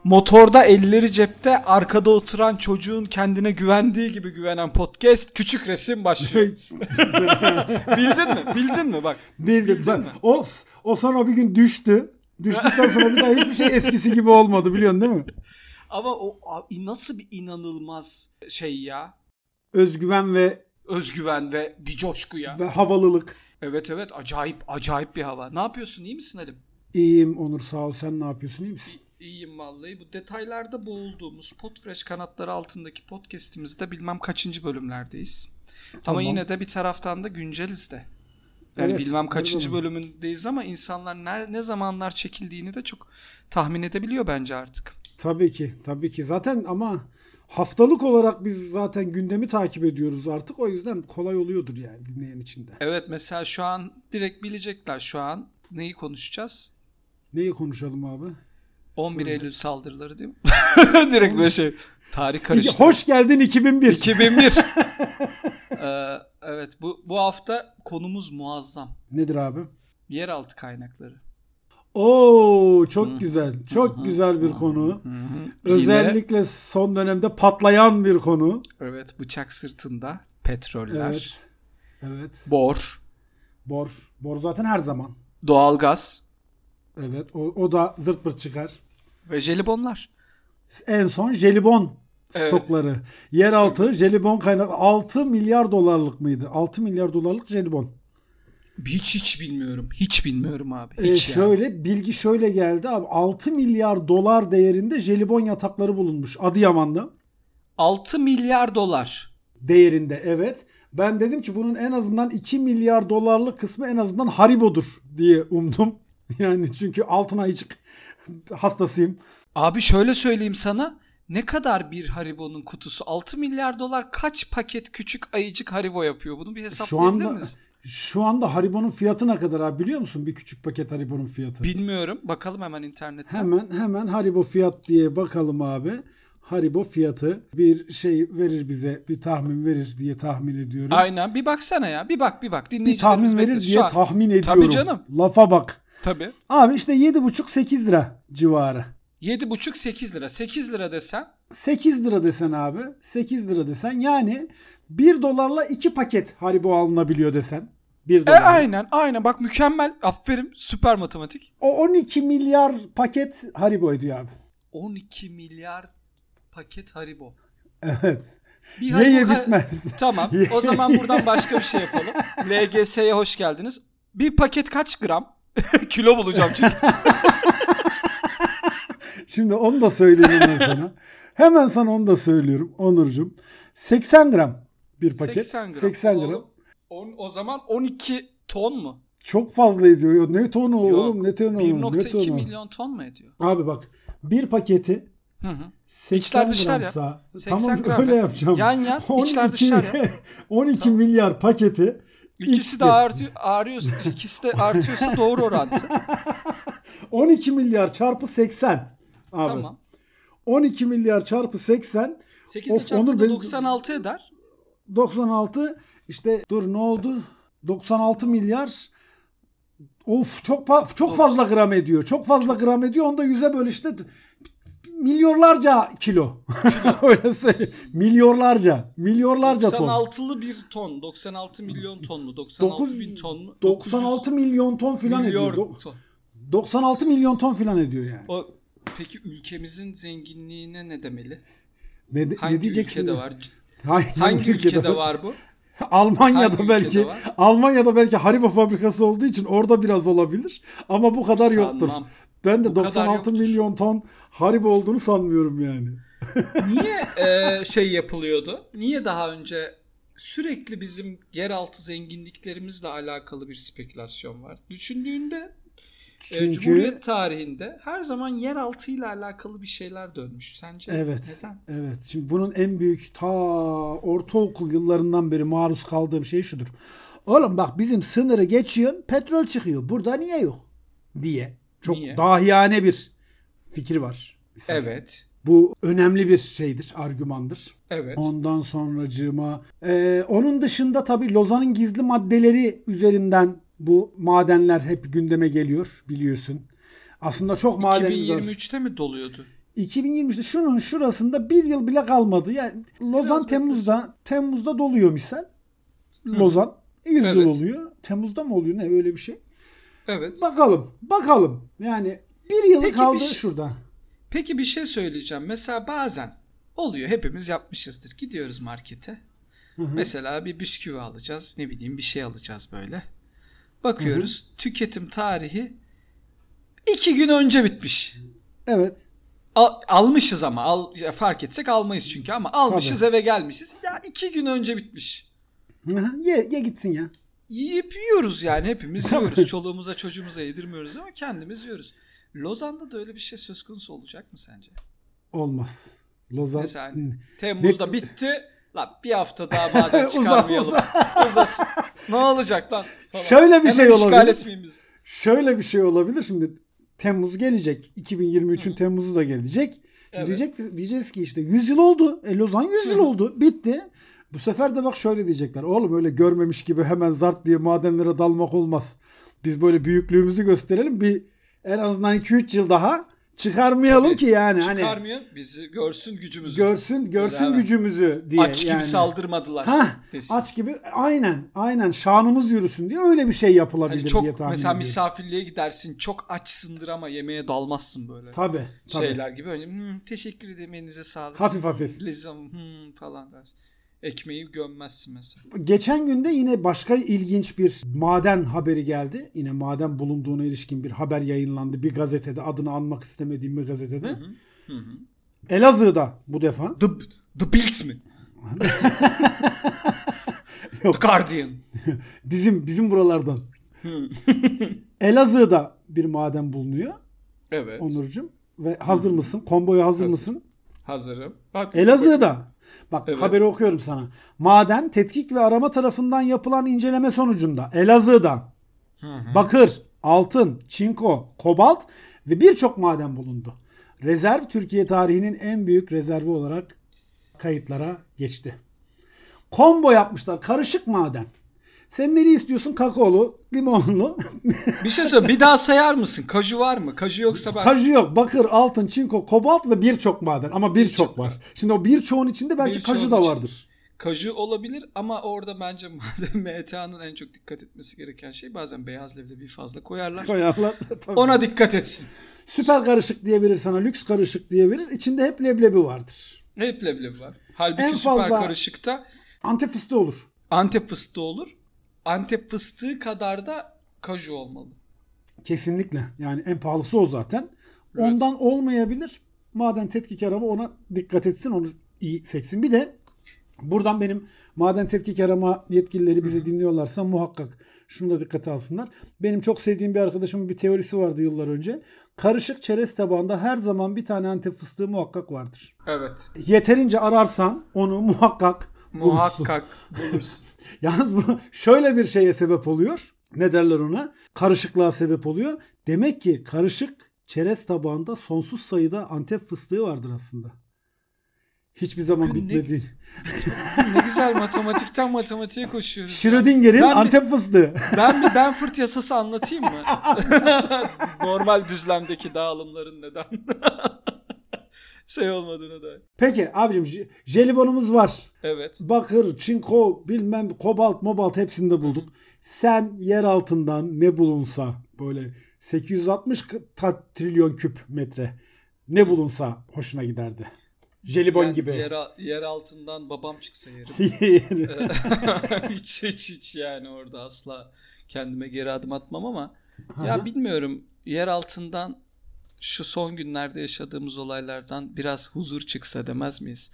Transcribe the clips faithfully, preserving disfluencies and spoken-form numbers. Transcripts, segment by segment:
Motorda elleri cepte, arkada oturan çocuğun kendine güvendiği gibi güvenen podcast Küçük Resim başlıyor. Bildin mi? Bildin mi? Bak. Bildim. Ben, o, o sonra bir gün düştü. Düştükten sonra bir daha hiçbir şey eskisi gibi olmadı, biliyorsun değil mi? Ama o nasıl bir inanılmaz şey ya. Özgüven ve özgüven ve bir coşku ya. Ve havalılık. Evet evet, acayip acayip bir hava. Ne yapıyorsun? İyi misin Halim? İyiyim Onur, sağ ol. Sen ne yapıyorsun? İyi misin? İyiyim vallahi. Bu detaylarda boğulduğumuz Podfresh kanatları altındaki podcast'imizde bilmem kaçıncı bölümlerdeyiz. Tamam. Ama yine de bir taraftan da günceliz de. Yani evet, bilmem kaçıncı bölümündeyiz ama insanlar ne, ne zamanlar çekildiğini de çok tahmin edebiliyor bence artık. Tabii ki. Tabii ki. Zaten ama haftalık olarak biz zaten gündemi takip ediyoruz artık. O yüzden kolay oluyordur yani dinleyen için de. Evet, mesela şu an direkt bilecekler şu an neyi konuşacağız? Neyi konuşalım abi? on bir Şöyle. Eylül saldırıları değil mi? Direkt böyle şey. Tarih karıştı. Hoş geldin iki bin bir. iki bin bir. ee, evet, bu bu hafta konumuz muazzam. Nedir abi? Yeraltı kaynakları. Oo, çok Hı-hı. güzel. Çok Hı-hı. güzel bir Hı-hı. konu. Hı-hı. Özellikle Yine, son dönemde patlayan bir konu. Evet, bıçak sırtında petroller. Evet. Evet. Bor. Bor. Bor zaten her zaman. Doğalgaz. Evet, o, o da zırt pırt çıkar. Ve jelibonlar. En son jelibon evet. stokları. Yeraltı jelibon kaynak altı milyar dolarlık mıydı? altı milyar dolarlık jelibon. Hiç hiç bilmiyorum. Hiç bilmiyorum abi. Hiç ee, şöyle yani. Bilgi şöyle geldi abi. altı milyar dolar değerinde jelibon yatakları bulunmuş Adıyaman'da. altı milyar dolar değerinde, evet. Ben dedim ki bunun en azından iki milyar dolarlık kısmı en azından Haribo'dur diye umdum. Yani çünkü altın ayıcık hastasıyım. Abi şöyle söyleyeyim sana. Ne kadar bir Haribo'nun kutusu? altı milyar dolar kaç paket küçük ayıcık Haribo yapıyor? Bunu bir hesaplayabilir miyiz? Şu anda Haribo'nun fiyatı ne kadar abi, biliyor musun? Bir küçük paket Haribo'nun fiyatı. Bilmiyorum. Bakalım hemen internetten. Hemen hemen Haribo fiyat diye bakalım abi. Haribo fiyatı bir şey verir bize, bir tahmin verir diye tahmin ediyorum. Aynen, bir baksana ya. Bir bak bir bak. Bir tahmin verir diye an. tahmin ediyorum. Tabii canım. Lafa bak. Tabii. Abi işte yedi buçuk sekiz lira civarı. yedi buçuk sekiz lira. sekiz lira desen. sekiz lira desen abi. sekiz lira desen yani bir dolarla iki paket Haribo alınabiliyor desen. bir dolar. E aynen aynen, bak mükemmel. Aferin, süper matematik. O on iki milyar paket Haribo ediyor abi. on iki milyar paket Haribo. Evet. Bir Haribo ye ka- bitmez. Tamam. O zaman buradan başka bir şey yapalım. L G S'ye hoş geldiniz. Bir paket kaç gram? Kilo bulacağım çünkü. Şimdi onu da söyleyeyim ben sana. Hemen sana onu da söylüyorum Onurcuğum. seksen gram bir paket. seksen gram. seksen gram. O, o zaman on iki ton mu? Çok fazla ediyor. Ne tonu oğlum? Ne tonu? bir nokta iki milyon ton mu ediyor? Abi bak, bir paketi hı hı. İçler dışlar ya. Tamam gram öyle ya. yapacağım. Yan yaz. İçler dışlar ya. on iki tamam. milyar paketi. İkisi de artıyor, ağrıyorsa, ikisi de artıyorsa doğru orantı. on iki milyar çarpı seksen. Abi. Tamam. on iki milyar çarpı seksen. sekiz ile çarpı da doksan altı eder. doksan altı işte dur ne oldu? doksan altı milyar. Of çok çok fazla gram ediyor. Çok fazla gram ediyor. Onu da yüze böl işte. Milyonlarca kilo. Öyle söyleyeyim. Milyonlarca. Milyonlarca ton. doksan altılı bir ton. doksan altı milyon ton mu? doksan altı bin ton mu? doksan altı milyon ton filan ediyor. Ton. doksan altı milyon ton filan ediyor yani. O, peki ülkemizin zenginliğine ne demeli? Ne, de, hangi ne diyeceksin? ülkede var? Hangi, hangi ülkede, ülkede var? var bu? Almanya'da hangi belki Almanya'da belki Haribo fabrikası olduğu için orada biraz olabilir. Ama bu kadar Sanmam. yoktur. Ben de bu doksan altı milyon ton Haribo olduğunu sanmıyorum yani. Niye e, şey yapılıyordu? Niye daha önce sürekli bizim yeraltı zenginliklerimizle alakalı bir spekülasyon var? Düşündüğünde Çünkü... e, Cumhuriyet tarihinde her zaman yeraltı ile alakalı bir şeyler dönmüş. Sence evet, neden? Evet. Şimdi bunun en büyük ta ortaokul yıllarından beri maruz kaldığım şey şudur. Oğlum bak bizim sınırı geçiyorsun, petrol çıkıyor. Burada niye yok? Diye. Çok Niye? dahiyane bir fikir var. Evet. Bu önemli bir şeydir, argümandır. Evet. Ondan sonracığıma. Ee, onun dışında tabii Lozan'ın gizli maddeleri üzerinden bu madenler hep gündeme geliyor biliyorsun. Aslında çok madenimiz var. iki bin yirmi üçte mi doluyordu? iki bin yirmi üçte şunun şurasında bir yıl bile kalmadı. Yani Lozan Biraz Temmuz'da beklesin. Temmuz'da doluyor misal. Lozan yüz yıl Evet. oluyor. Temmuz'da mı oluyor ne öyle bir şey? Evet. Bakalım. Bakalım. Yani bir yılı Peki kaldı bir şey- şurada. Peki bir şey söyleyeceğim. Mesela bazen oluyor, hepimiz yapmışızdır. Gidiyoruz markete. Hı hı. Mesela bir bisküvi alacağız. Ne bileyim bir şey alacağız böyle. Bakıyoruz tüketim tarihi iki gün önce bitmiş. Evet. Al- almışız ama al, ya fark etsek almayız çünkü ama almışız eve gelmişiz. Ya iki gün önce bitmiş. Hı hı. Ye, ye gitsin ya. Yiyip yiyoruz yani hepimiz yiyoruz. Çoluğumuza çocuğumuza yedirmiyoruz ama kendimiz yiyoruz. Lozan'da da öyle bir şey söz konusu olacak mı sence? Olmaz. Lozan. Mesela Temmuz'da Bek- bitti. Lan bir hafta daha maden Uza- çıkarmayalım. uza. Uzasın. Ne olacak lan? Falan. Şöyle bir Hemen şey işgal olabilir. etmeyin bizi. Şöyle bir şey olabilir. Şimdi Temmuz gelecek. iki bin yirmi üçün Hı hı. Temmuz'u da gelecek. Şimdi Evet. diyecek, diyeceğiz ki işte yüz yıl oldu. E Lozan yüz yıl Hı hı. oldu. Bitti. Bu sefer de bak şöyle diyecekler. Oğlum öyle görmemiş gibi hemen zart diye madenlere dalmak olmaz. Biz böyle büyüklüğümüzü gösterelim. Bir en azından iki üç yıl daha çıkarmayalım Tabii. ki yani. Hani Çıkarmıyor. Bizi görsün gücümüzü. görsün görsün Hemen. gücümüzü diye. Aç gibi yani. saldırmadılar. Hah, desin. aç gibi aynen aynen şanımız yürüsün diye öyle bir şey yapılabilir Hani çok diye tahmin mesela ediyorum. misafirliğe gidersin. Çok açsındır ama yemeğe dalmazsın böyle. Tabii, tabii. Şeyler gibi. Önce "Hmm, teşekkür ederim elinize sağlık. Hafif hafif. Lezam hmm, falan dersin. Ekmeği gömmezsin mesela. Geçen günde yine başka ilginç bir maden haberi geldi. Yine maden bulunduğuna ilişkin bir haber yayınlandı bir gazetede. Adını anmak istemediğim bir gazetede. Hı hı. Hı hı. Elazığ'da bu defa. The, The Bild mi? Yok. The Guardian. Bizim bizim buralardan. Hı. Elazığ'da bir maden bulunuyor Evet. Onurcuğum. Ve hazır mısın? Komboya hazır, Hazır. mısın? Hazırım. Hadi. Elazığ'da. Bak Evet. haberi okuyorum sana. Maden tetkik ve arama tarafından yapılan inceleme sonucunda Elazığ'da Hı hı. bakır, altın, çinko, kobalt ve birçok maden bulundu. Rezerv Türkiye tarihinin en büyük rezervi olarak kayıtlara geçti. Combo yapmışlar. Karışık maden. Sen neyi istiyorsun? Kakaolu, limonlu. Bir şey söyle. Bir daha sayar mısın? Kaju var mı? Kaju yoksa ben... Kaju yok. Bakır, altın, çinko, kobalt ve birçok maden. Ama birçok Birçok var. var. Şimdi o birçoğun içinde belki Birçoğun kaju da için- vardır. Kaju olabilir ama orada bence maden M T A'nın en çok dikkat etmesi gereken şey bazen beyaz leblebi fazla koyarlar. Koyarlar. Tabii. Ona dikkat etsin. Süper karışık diye verir sana. Lüks karışık diye verir. İçinde hep leblebi vardır. Hep leblebi var. Halbuki En süper fazla- karışıkta Antep fıstığı olur. Antep fıstığı olur. Antep fıstığı kadar da kaju olmalı. Kesinlikle. Yani en pahalısı o zaten. Evet. Ondan olmayabilir. Maden tetkik arama ona dikkat etsin. Onu iyi seçsin. Bir de buradan benim maden tetkik arama yetkilileri bizi dinliyorlarsa muhakkak şunu da dikkate alsınlar. Benim çok sevdiğim bir arkadaşımın bir teorisi vardı yıllar önce. Karışık çerez tabağında her zaman bir tane Antep fıstığı muhakkak vardır. Evet. Yeterince ararsan onu muhakkak bulursun. Muhakkak bulursun. Yalnız bu şöyle bir şeye sebep oluyor. Ne derler ona? Karışıklığa sebep oluyor. Demek ki karışık çerez tabağında sonsuz sayıda Antep fıstığı vardır aslında. Hiçbir zaman Bugün ne- bitmedi. Ne güzel matematikten matematiğe koşuyoruz. ya. Schrödinger'in Ben bir- Antep fıstığı. Ben bir Benford yasası anlatayım mı? Normal düzlemdeki dağılımların neden şey olmadığına dair. Peki abicim j- jelibonumuz var. Evet. Bakır, çinko, bilmem kobalt, mobalt hepsini de bulduk. Sen yer altından ne bulunsa böyle sekiz yüz altmış ta- trilyon küp metre ne bulunsa hoşuna giderdi. Jelibon Yani gibi. Yer, yer altından babam çıksa yerim. hiç hiç hiç yani orada asla kendime geri adım atmam ama ya Aha. bilmiyorum, yer altından şu son günlerde yaşadığımız olaylardan biraz huzur çıksa demez miyiz?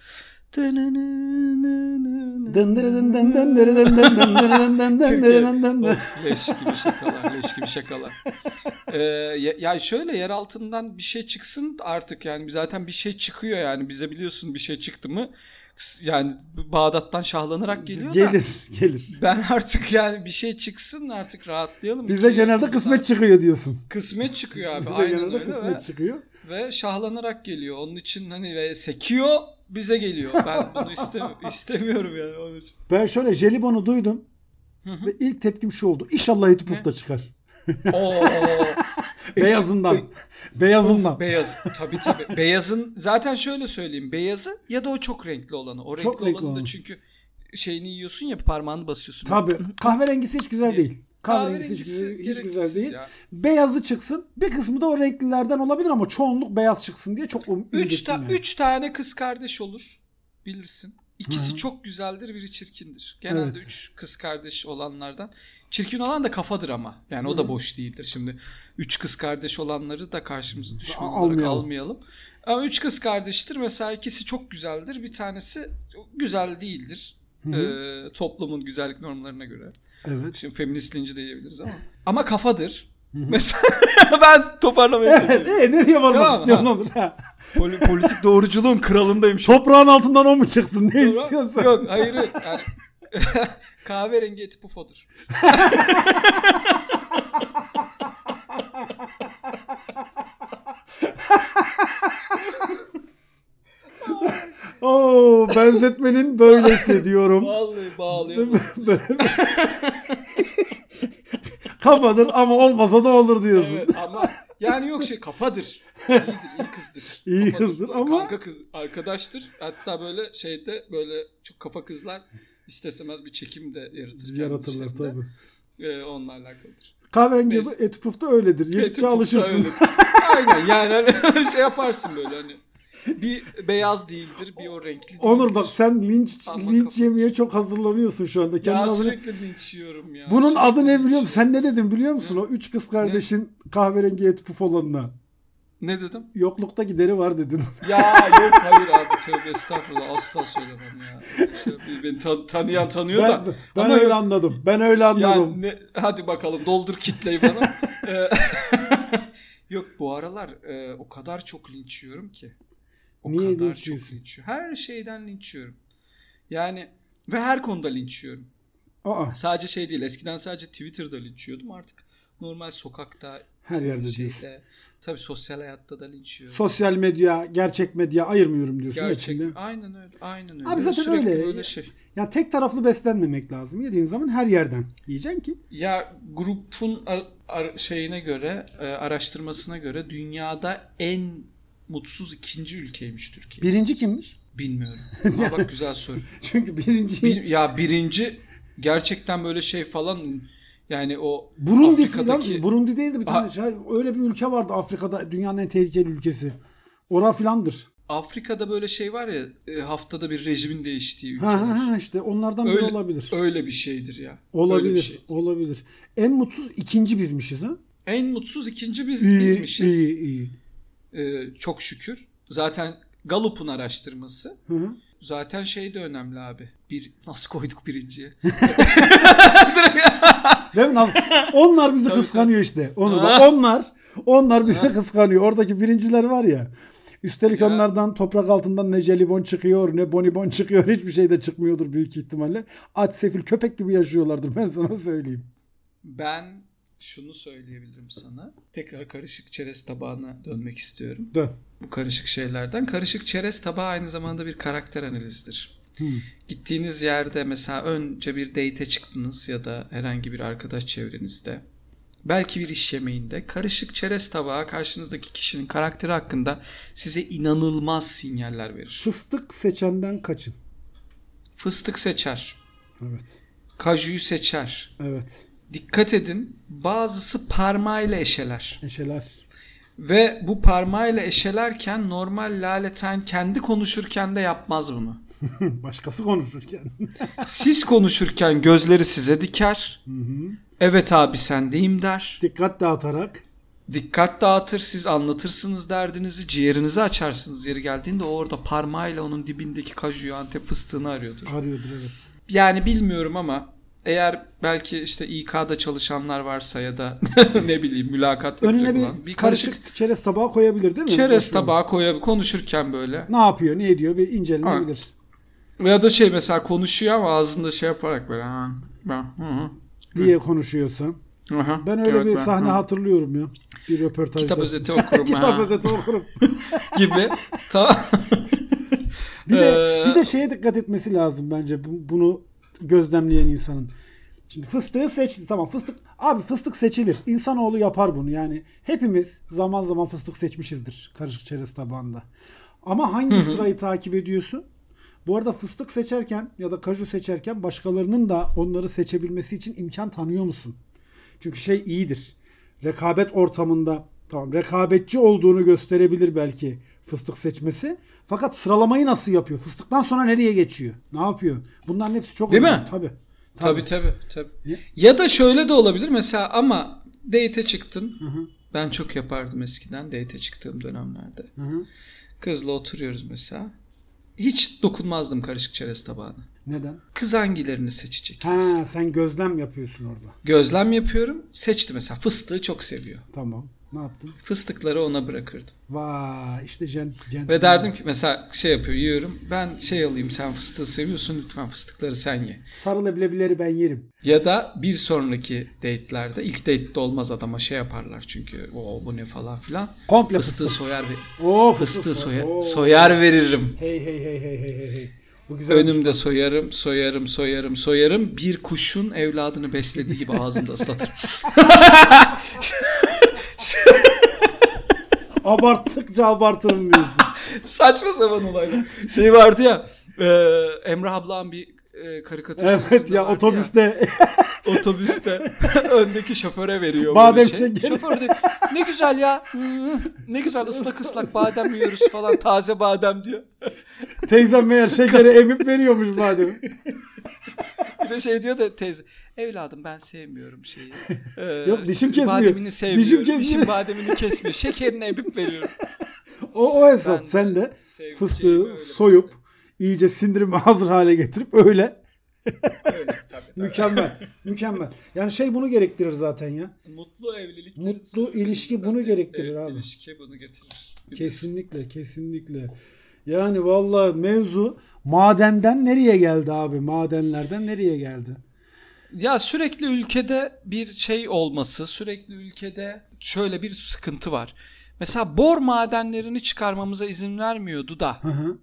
Of, leş gibi şakalar, leş gibi şakalar. Ee, ya, ya şöyle yer altından bir şey çıksın artık, yani zaten bir şey çıkıyor yani bize, biliyorsun bir şey çıktı mı yani Bağdat'tan şahlanarak geliyor da. Gelir, gelir. Ben artık yani bir şey çıksın artık rahatlayalım. Bize ki genelde insan- kısmet çıkıyor diyorsun. Kısmet çıkıyor abi. Bize Aynen genelde öyle kısmet ve, çıkıyor. ve şahlanarak geliyor. Onun için hani ve sekiyor bize geliyor. Ben bunu istem- istemiyorum yani onun için. Ben şöyle jelibonu duydum Hı hı. ve ilk tepkim şu oldu. İnşallah Hitupuf'ta çıkar. Oo, Beyazından. Beyazından. Of, beyaz. Tabii tabii. Beyazın zaten şöyle söyleyeyim. Beyazı ya da o çok renkli olanı. O renkli, Çok renkli olanı da olan. çünkü şeyini yiyorsun ya, parmağını basıyorsun. Tabii. Kahverengisi hiç güzel değil. Kahverengisi, Kahverengisi hiç, hiç güzel değil. ya. Beyazı çıksın. Bir kısmı da o renklilerden olabilir ama çoğunluk beyaz çıksın diye çok ümit Üç, ettim ta- yani. üç tane kız kardeş olur. Bilirsin. İkisi Hı-hı. çok güzeldir, biri çirkindir. Genelde Evet. üç kız kardeş olanlardan. Çirkin olan da kafadır ama. Yani o da boş değildir. Şimdi üç kız kardeş olanları da karşımıza düşman olarak Almayalım. almayalım. Ama üç kız kardeştir. Mesela ikisi çok güzeldir. Bir tanesi güzel değildir. Ee, toplumun güzellik normlarına göre. Evet. Şimdi feminist linci de yiyebiliriz ama. Ama kafadır. Mesela ben toparlamaya Evet. çalışıyorum. E, nereye varmak Tamam, istiyorsun ha. olur ha. Poli- politik doğruculuğun kralındayım şu an. Toprağın altından o mu çıksın? Ne Tamam. istiyorsan. Yok hayır. Yani kahverengi eti pufodur. Oo, benzetmenin böylesi diyorum. Vallahi bağlayamam. Kafadır ama olmasa da olur diyorsun. Evet ama yani yok şey kafadır. İyidir, iyi kızdır. İyi Kafadır. kızdır ama- Kanka kız arkadaştır. Hatta böyle şeyde böyle çok kafa kızlar istesemez bir çekim de yaratır. Yaratırlar kendi işlerinde. tabii. Ee, onunla alakalıdır. Kahverengi Neyse. eti pufta öyledir. Yedikçe Eti pufta alışırsın. öyledir. Aynen yani hani şey yaparsın böyle hani. Bir beyaz değildir, bir o renkli değildir. Onur bak sen linç Ama linç kafadır. yemeye çok hazırlanıyorsun şu anda. Kendin Ya adını- sürekli linç yiyorum ya. Bunun Sürekli adı ne linç biliyor musun? yiyorum. Sen ne dedin biliyor musun? Ne? O üç kız kardeşin kahverengi eti puf olanına. Ne dedim? Yoklukta gideri var dedin. Ya yok hayır abi tövbe estağfurullah asla söylemem ya. Şey, beni tan- tanıyan tanıyor Ben, da. ben Ama öyle yok. anladım. Ben öyle anladım. Yani ne, hadi bakalım doldur kitleyi bana. Ee, yok bu aralar e, o kadar çok linç yiyorum ki. O Niye kadar linç çok yiyorsun? linç yiyorum. Her şeyden linç yiyorum. Yani ve her konuda linç yiyorum. Aa, Sadece şey değil. Eskiden sadece Twitter'da linç yiyordum. Artık normal sokakta her yerde şeyde, diyorsun. tabii sosyal hayatta da linç yiyorum. Sosyal medya, gerçek medya ayırmıyorum diyorsun. Gerçek. hepsinde. Aynen öyle. Aynen öyle. Abi Böyle zaten sürekli öyle. böyle şey. Ya tek taraflı beslenmemek lazım. Yediğin zaman her yerden yiyeceksin ki. Ya grubun ar- ar- şeyine göre, e, araştırmasına göre dünyada en mutsuz ikinci ülkeymiş Türkiye. Birinci kimmiş? Bilmiyorum. Ama bak güzel soru. Çünkü birinci Bir, ya birinci gerçekten böyle şey falan yani o Burundi Afrika'daki filan. Burundi değildi bir tane Ha- şey. Öyle bir ülke vardı Afrika'da. Dünyanın en tehlikeli ülkesi. Ora filandır. Afrika'da böyle şey var ya e, haftada bir rejimin değiştiği Ha ülkeler. ha ha işte onlardan biri Öyle- olabilir. Öyle bir şeydir ya. Öyle bir Olabilir. şey. Olabilir. En mutsuz ikinci bizmişiz ha. En mutsuz ikinci biz İyi, bizmişiz. iyi, iyi. Ee, çok şükür. Zaten Gallup'un araştırması. Hı hı. Zaten şey de önemli abi. Bir nasıl koyduk birinciye? Değil mi? Onlar bizi Tabii, kıskanıyor işte. Onu da. Ha. Onlar onlar bizi Ha. kıskanıyor. Oradaki birinciler var ya. Üstelik Ya. onlardan toprak altından ne jelibon çıkıyor ne bonibon çıkıyor. Hiçbir şey de çıkmıyordur büyük ihtimalle. Aç sefil köpek gibi yaşıyorlardır. Ben sana söyleyeyim. Ben şunu söyleyebilirim sana. Tekrar karışık çerez tabağına dönmek istiyorum. Dön. Bu karışık şeylerden. Karışık çerez tabağı aynı zamanda bir karakter analizidir. Hmm. Gittiğiniz yerde mesela önce bir date'e çıktınız ya da herhangi bir arkadaş çevrenizde. Belki bir iş yemeğinde karışık çerez tabağı karşınızdaki kişinin karakteri hakkında size inanılmaz sinyaller verir. Fıstık seçenden kaçın. Fıstık seçer. Evet. Kajuyu seçer. Evet. Dikkat edin, bazısı parmağıyla eşeler. Eşeler. Ve bu parmağıyla eşelerken normal laleten kendi konuşurken de yapmaz bunu. Başkası konuşurken. Siz konuşurken gözleri size diker. Hı hı. Evet abi sendeyim der. Dikkat dağıtarak. Dikkat dağıtır, siz anlatırsınız derdinizi, ciğerinizi açarsınız yeri geldiğinde o orada parmağıyla onun dibindeki kajuyu, Antep fıstığını arıyordur. Arıyordur evet. Yani bilmiyorum ama eğer belki işte İK'da çalışanlar varsa ya da ne bileyim mülakat Önüne yapacak bir, olan bir karışık, karışık çerez tabağı koyabilir değil mi? çerez Başlıyor. tabağı koyabilir konuşurken böyle. Ne yapıyor, ne ediyor bir incelenebilir. Ya da şey mesela konuşuyor ama ağzında şey yaparak böyle ha, ben, hı hı, Diye konuşuyorsan. aha, Ben öyle evet bir ben, sahne hı. hatırlıyorum ya. Bir röportajda. Kitap özeti okurum. Kitap ha, özeti okurum. gibi. Tamam. Bir de, Ee, bir de şeye dikkat etmesi lazım bence bu- bunu gözlemleyen insanın. Şimdi fıstığı seçti. Tamam fıstık Abi fıstık seçilir. İnsanoğlu yapar bunu. Yani hepimiz zaman zaman fıstık seçmişizdir karışık çerez tabağında. Ama hangi sırayı takip ediyorsun? Bu arada fıstık seçerken ya da kaju seçerken başkalarının da onları seçebilmesi için imkan tanıyor musun? Çünkü şey iyidir. Rekabet ortamında tamam rekabetçi olduğunu gösterebilir belki fıstık seçmesi. Fakat sıralamayı nasıl yapıyor? Fıstıktan sonra nereye geçiyor? Ne yapıyor? Bunların hepsi çok değil önemli. mi? Tabii. Tabii tabii. tabii. tabii. Ya da şöyle de olabilir mesela ama date'e çıktın. Hı hı. Ben çok yapardım eskiden date'e çıktığım dönemlerde. Hı hı. Kızla oturuyoruz mesela. Hiç dokunmazdım karışık çerez tabağına. Neden? Kız hangilerini seçecek? Ha, sen gözlem yapıyorsun orada. Gözlem yapıyorum. Seçti mesela. Fıstığı çok seviyor. Tamam. Ne yaptın? Fıstıkları ona bırakırdım. Vay işte gent, gent Ve derdim ki mesela şey yapıyor yiyorum. Ben şey alayım sen fıstığı seviyorsun lütfen fıstıkları sen ye. sarı leblebileri ben yerim. Ya da bir sonraki date'lerde ilk date'de olmaz adama şey yaparlar çünkü o bu ne falan filan. Komple Fıstığı fıstık. soyar ve Oo, fıstığı soya, Oo. soyar veririm. Hey hey hey hey hey hey hey. Bu güzel. Önümde soyarım, soyarım, soyarım, soyarım. Bir kuşun evladını beslediği gibi ağzımda ıslatırım. Abarttıkça abartırım diyorsun. Saçma sapan olaylar. Şey vardı ya, e, Emrah Ablan bir e, karikatür Evet serisinde ya vardı otobüste. Ya, otobüste öndeki şoföre veriyor Badem böyle şey. şekeri. Şoför de ne güzel ya. Ne güzel ıslak ıslak badem yiyoruz falan. Taze badem diyor. Teyzem meğer şekeri emip veriyormuş bademi. Bir de şey diyor da teyze. Evladım ben sevmiyorum şeyi. Ee, Yok, dişim kesmiyor. Bademini sevmiyorum. Dişim Dişim, kesmiyor. bademini kesmiyor. Şekerini emip veriyorum. O, o hesap. Ben de Sen de sevdiceğimi fıstığı öyle soyup beslerim. iyice sindirime hazır hale getirip öyle. Öyle tabii, tabii. Mükemmel. Mükemmel. Yani şey bunu gerektirir zaten ya. Mutlu evlilik. Mutlu ilişki bunu gerektirir abi. İlişki bunu getirir. Kesinlikle, kesinlikle. Yani vallahi mevzu madenden nereye geldi abi? Madenlerden nereye geldi? Ya sürekli ülkede bir şey olması, sürekli ülkede şöyle bir sıkıntı var. Mesela bor madenlerini çıkarmamıza izin vermiyordu da. Hı hı.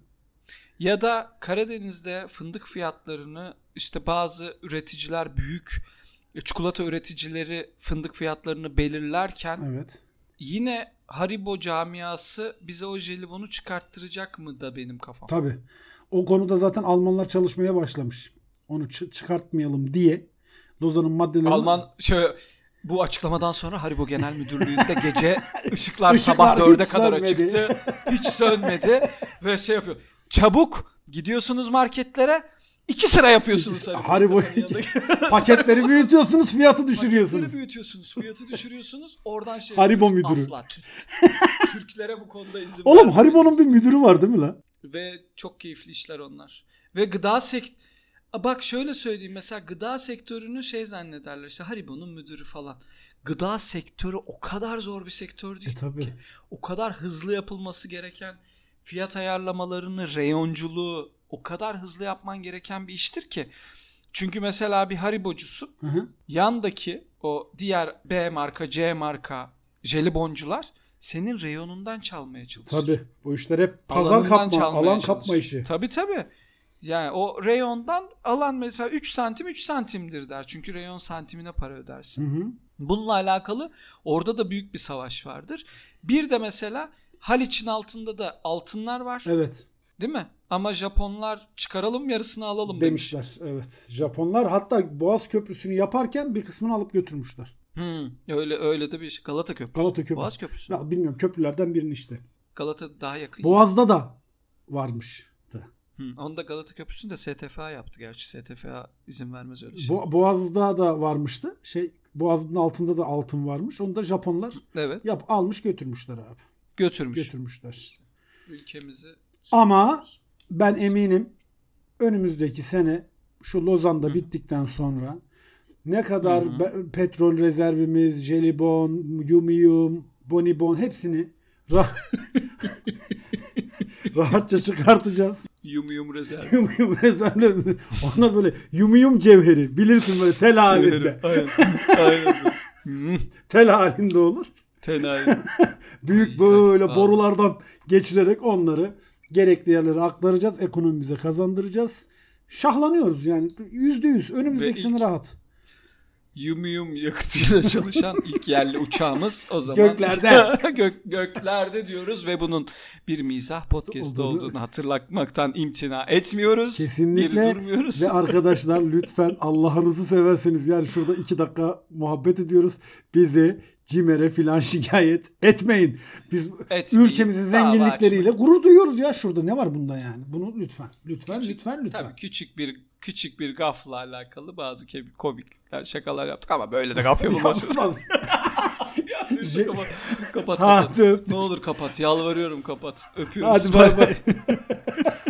Ya da Karadeniz'de fındık fiyatlarını işte bazı üreticiler büyük çikolata üreticileri fındık fiyatlarını belirlerken Evet. yine Haribo camiası bize o jelibonu çıkarttıracak mı da benim kafam. Tabii. O konuda zaten Almanlar çalışmaya başlamış. Onu ç- çıkartmayalım diye Lozan'ın maddelerini... Alman şöyle bu açıklamadan sonra Haribo Genel Müdürlüğü'nde gece ışıklar, Işıklar sabah hiç dörde kadar sönmedi. açıktı. Hiç sönmedi ve şey yapıyor. Çabuk gidiyorsunuz marketlere iki sıra yapıyorsunuz Haribo. Haribo Kasanın yanında. paketleri büyütüyorsunuz, fiyatı düşürüyorsunuz. Paketleri büyütüyorsunuz, fiyatı düşürüyorsunuz. Oradan şey Haribo yapıyorsunuz. müdürü. Asla Türk- Türklere bu konuda izin Oğlum vermiyoruz. Haribo'nun bir müdürü var değil mi lan? Ve çok keyifli işler onlar. Ve gıda sekt bak şöyle söyleyeyim mesela gıda sektörünü şey zannederler işte Haribo'nun müdürü falan. Gıda sektörü o kadar zor bir sektör değil E tabii. ki. O kadar hızlı yapılması gereken fiyat ayarlamalarını, reyonculuğu o kadar hızlı yapman gereken bir iştir ki. Çünkü mesela bir Haribocusun Hı hı. yandaki o diğer B marka, C marka jeliboncular senin reyonundan çalmaya çalışır. Tabii. Bu işler hep pazar Alanından kapma, çalmaya alan çalışır. kapma işi. Tabii tabii. Yani o reyondan alan mesela üç santim üç santimdir der. Çünkü reyon santimine para ödersin. Hı hı. Bununla alakalı orada da büyük bir savaş vardır. Bir de mesela Haliç'in altında da altınlar var. Evet. Değil mi? Ama Japonlar çıkaralım yarısını alalım demiş. Demişler. Evet. Japonlar hatta Boğaz Köprüsü'nü yaparken bir kısmını alıp götürmüşler. Hmm, öyle öyle de bir şey. Galata Köprüsü. Galata Köprüsü. Boğaz Köprüsü. Ya bilmiyorum köprülerden birini işte. Galata daha yakın. Boğaz'da da varmış. Hmm, onu da Galata Köprüsü'nü de S T F A yaptı. Gerçi S T F A izin vermez öyle şey. Bo- Boğaz'da da varmıştı. Şey Boğaz'ın altında da altın varmış. Onu da Japonlar Evet. yap almış götürmüşler abi. Götürmüş. Götürmüşler. Ülkemizi. Ama ben eminim önümüzdeki sene şu Lozan'da Hı. bittikten sonra ne kadar Hı hı. be- petrol rezervimiz, jelibon, yumiyum, bonibon hepsini rah- rahatça çıkartacağız. Yum yum rezerv. Yumiyum rezervlerimizi. Ona böyle yumiyum cevheri bilirsin böyle tel halinde. Aynen. Aynen. Hmm, Tel halinde olur. Tenayi. Büyük Ay, böyle ay, borulardan geçirerek onları gerekli yerlere aktaracağız. Ekonomimize kazandıracağız. Şahlanıyoruz yani. Yüzde yüz. Önümüzdeki Ve sene ilk- rahat. Yumiyum yakıtıyla çalışan ilk yerli uçağımız o zaman. Göklerde. Gök, göklerde diyoruz ve bunun bir mizah podcast olduğunu hatırlatmaktan imtina etmiyoruz. Kesinlikle. Geri durmuyoruz. Ve arkadaşlar lütfen Allah'ınızı severseniz yani şurada iki dakika muhabbet ediyoruz. Bizi CİMER'e filan şikayet etmeyin. Biz Etmeyin. ülkemizin zenginlikleriyle gurur duyuyoruz ya şurada. Ne var bunda yani? Bunu lütfen. Lütfen, Küçük, lütfen, lütfen. Tabii küçük bir küçük bir gafla alakalı bazı ke- komiklikler, şakalar yaptık ama böyle de gaf yapılmaz. Yapmaz. Neyse, kapat, kapat, Ha, kapat. dur. Ne olur kapat. Yalvarıyorum kapat. Öpüyoruz. Hadi bay bay.